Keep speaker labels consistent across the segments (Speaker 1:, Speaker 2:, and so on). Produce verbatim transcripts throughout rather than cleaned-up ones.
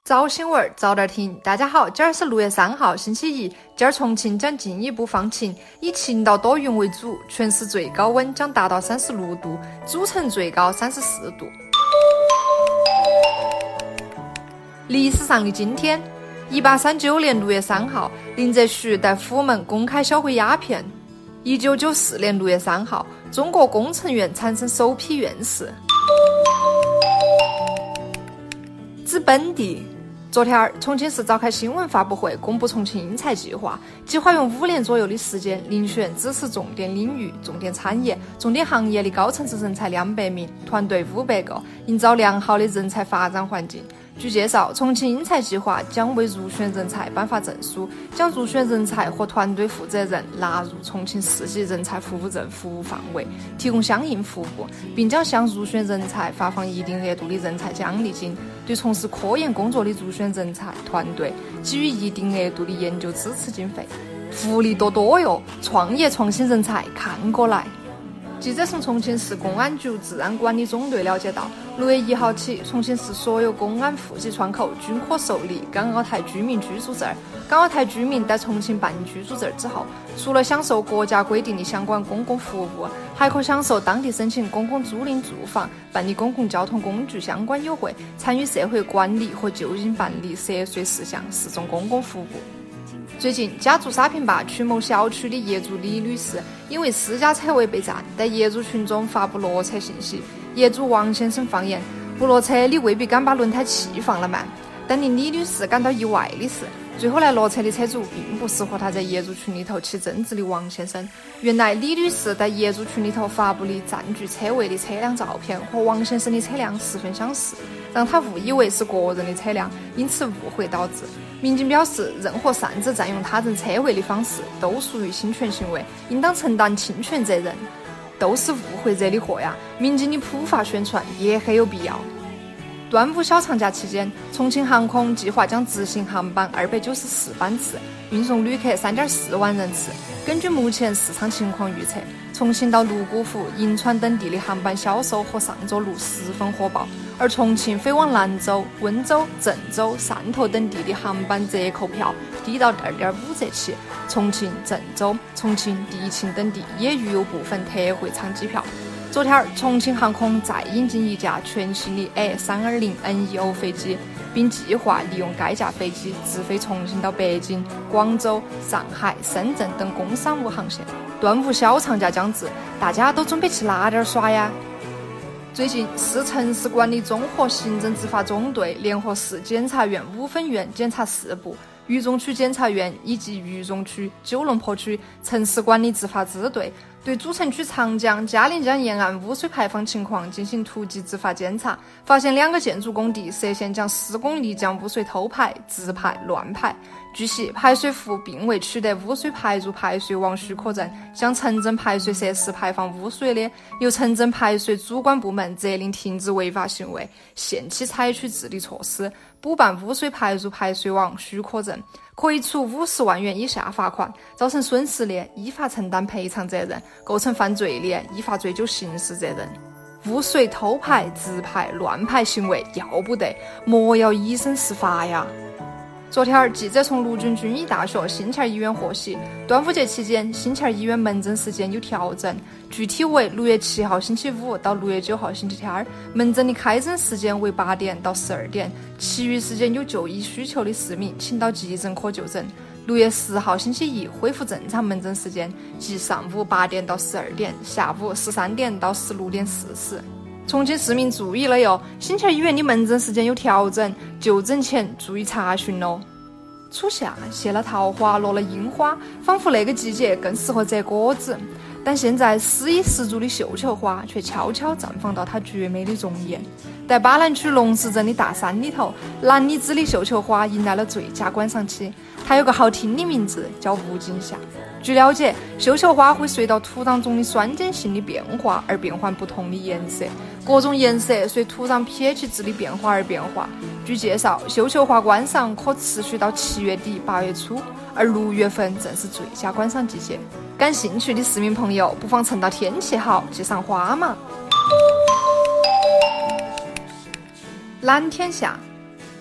Speaker 1: 早新闻早点听，大家好，今儿是六月三号，星期一。今儿重庆将进一步放晴，以晴到多云为主，全市最高温将达到三十六度，主城最高三十四度。历史上的今天，一八三九年六月三号，林则徐在虎门公开销毁鸦片。一九九四年六月三号，中国工程院产生首批院士。指本地。昨天，重庆市召开新闻发布会，公布重庆英才计划，计划用五年左右的时间，遴选支持重点领域、重点产业、重点行业的高层次人才两百名，团队五百个，营造良好的人才发展环境。据介绍，重庆英才计划将为入选人才颁发证书，将入选人才和团队负责人纳入重庆市级人才服务证服务范围，提供相应服务，并将向入选人才发放一定额度的人才奖励金，对从事科研工作的入选人才团队给予一定额度的研究支持经费。福利多多哟！创业创新人才看过来。记者从重庆市公安局治安管理总队了解到，六月一号起，重庆市所有公安户籍窗口均可受理港澳台居民居住证。港澳台居民在重庆办理居住证之后，除了享受国家规定的相关公共服务，还可享受当地申请公共租赁住房、办理公共交通工具相关优惠，参与社会管理和就近办理涉税事项四种公共服务。最近，家住沙坪坝曲某小区的业主李女士因为私家车位被占，在业主群中发布落车信息。业主王先生放言，不落车你未必敢把轮胎气放了慢。但令李女士感到意外的是，最后来落车的车主并不是和他在业主群里头起争执的王先生。原来李女士在业主群里头发布的占据车位的车辆照片和王先生的车辆十分相似，让他误以为是个人的车辆，因此误会导致。民警表示，任何擅自占用他人车位的方式都属于侵权行为，应当承担侵权责任。都是误会惹的祸呀！民警的普法宣传也很有必要。端午小长假期间，重庆航空计划将执行航班二百九十四班次，运送旅客三点四万人次。根据目前市场情况预测，重庆到泸沽湖、银川等地的航班销售和上周路十分火爆，而重庆飞往兰州、温州、郑州、汕头等地的航班折扣票低到二点五折起。重庆、郑州、重庆、迪庆等地也预有部分特惠舱机票。昨天，重庆航空再引进一架全新的 A三二零 N E O 飞机，并计划利用该架飞机直飞重庆到北京、广州、上海、深圳等工商务航线。端午小长假将至，大家都准备去哪点耍呀？最近，市城市管理综合行政执法总队联合市检察院五分院检察四部、渝中区检察院以及渝中区、九龙坡区城市管理执法支队，对主城区长江、嘉陵江沿岸污水排放情况进行突击执法监察，发现两个建筑工地涉嫌将施工泥浆污水偷排、自排、乱排。据悉，排水户并未取得污水排入排水网许可证，向城镇排水设施排放污水的，由城镇排水主管部门责令停止违法行为，限期采取治理措施，补办污水排入排水网许可证，可以处五十万元以下罚款，造成损失的，依法承担赔偿责任；构成犯罪的，依法追究刑事责任。污水偷排、自排、乱排行为要不得，莫要以身试法呀！昨天，记者从陆军军医大学新桥医院获悉，端午节期间新桥医院门诊时间有调整，具体为六月七号星期五到六月九号星期天，门诊的开诊时间为八点到十二点，其余时间有就医需求的市民请到急诊科就诊。六月十号星期一恢复正常门诊时间，即上午八点到十二点，下午十三点到十六点四十。重庆市民注意了哟，新桥医院的门诊时间有调整，就诊前注意查询喽。初夏谢了桃花，落了樱花，仿佛那个季节更适合摘果子。但现在诗意十足的绣球花却悄悄绽放到它绝美的容颜。在巴南区龙石镇的大山里头，蓝李子的绣球花迎来了最佳观赏期。它有个好听的名字，叫无尽夏。据了解，绣球花会随到土壤中的酸碱性的变化而变换不同的颜色，各种颜色随土壤 pH 值的变化而变化。据介绍，绣球花观赏可持续到七月底八月初，而六月份正是最佳观赏季节。感兴趣的市民朋友，不妨趁到天气好去赏花嘛。蓝天下，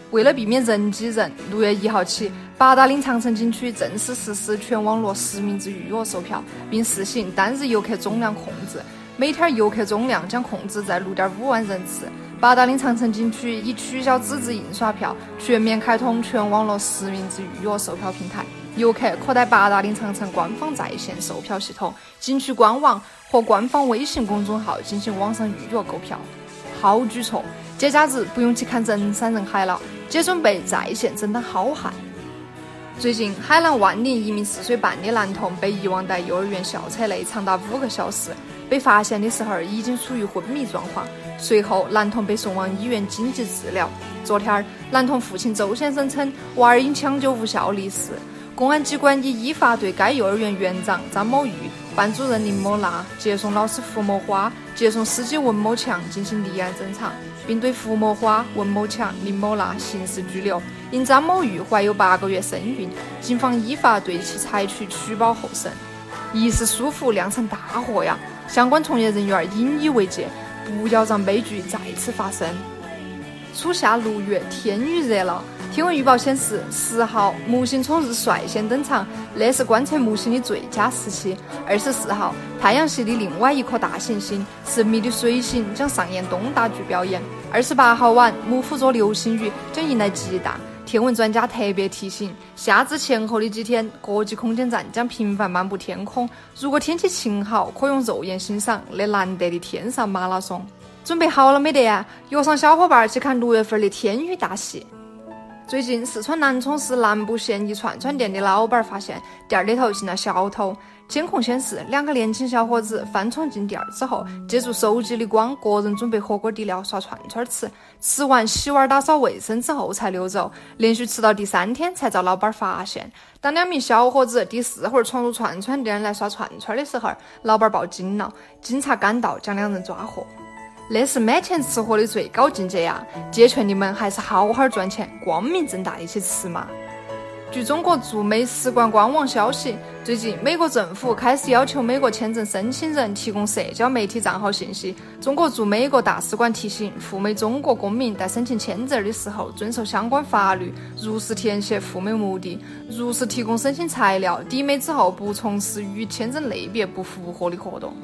Speaker 1: 为了避免人挤人，六月一号起，八达岭长城景区正式实施全网络实名制预约售票，并试行单日游客总量控制，每天游客总量将控制在 六点五万人次。八达岭长城景区已取消纸质印刷票，全面开通全网络实名制预约售票平台。游客可在八达岭长城官方在线售票系统、景区官网和官方微信公众号进行网上预约购票。好举措，节假日不用去看人山人海了，姐准备在线争当好汉。最近，海南万宁一名四岁半的男童被遗忘在幼儿园校车内长达五个小时，被发现的时候已经处于昏迷状况。随后，男童被送往医院紧急治疗。昨天，男童父亲周先生称，娃儿因抢救无效离世。公安机关已依法对该幼儿园园长张某玉、班主任林某娜、接送老师胡某花、接送司机文某强进行立案侦查，并对胡某花、文某强、林某娜刑事拘留。因张某玉怀有八个月身孕，警方依法对其采取取保候审。一时疏忽酿成大祸呀！相关从业人员引以为戒，不要让悲剧再次发生。初夏六月，天预热了。天文预报显示，十号木星冲日率先登场，那是观测木星的最佳时期。二十四号，太阳系的另外一颗大行星神秘的水星将上演东大剧表演。二十八号晚，木虎座流星雨将迎来极大。天文专家特别提醒，夏至前后的几天，国际空间站将频繁漫步天空。如果天气晴好，可用肉眼欣赏那难得的天上马拉松。准备好了没得呀？约上小伙伴去看六月份的天宇大戏。最近，四川南充市南部县一串串店的老板发现店里头进了小偷。监控显示，两个年轻小伙子翻窗进店之后，借助手机的光，个人准备火锅底料刷串串吃，吃完洗碗打扫卫生之后才溜走，连续吃到第三天才遭老板发现。当两名小伙子第四回闯入串串店来刷串串的时候，老板报警了，警察赶到将两人抓获。那是满钱吃货的最高境界呀！借劝你们还是好好赚钱，光明正大一起吃嘛。据中国驻美使馆官网消息，最近美国政府开始要求美国签证申请人提供社交媒体账号信息。中国驻美国大使馆提醒赴美中国公民在申请签证的时候遵守相关法律，如实填写赴美目的，如实提供申请材料，抵美之后不从事与签证类别不符合的活动。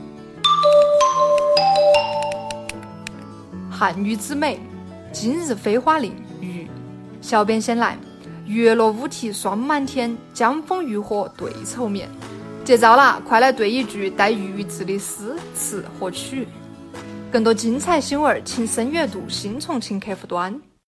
Speaker 1: 汉语之美，今日飞花令雨。小编先来，月落乌啼霜满天，江枫渔火对愁眠。接招啦，快来对一句带寓意字的诗词和曲。更多精彩新闻，请深阅读新重庆客户端。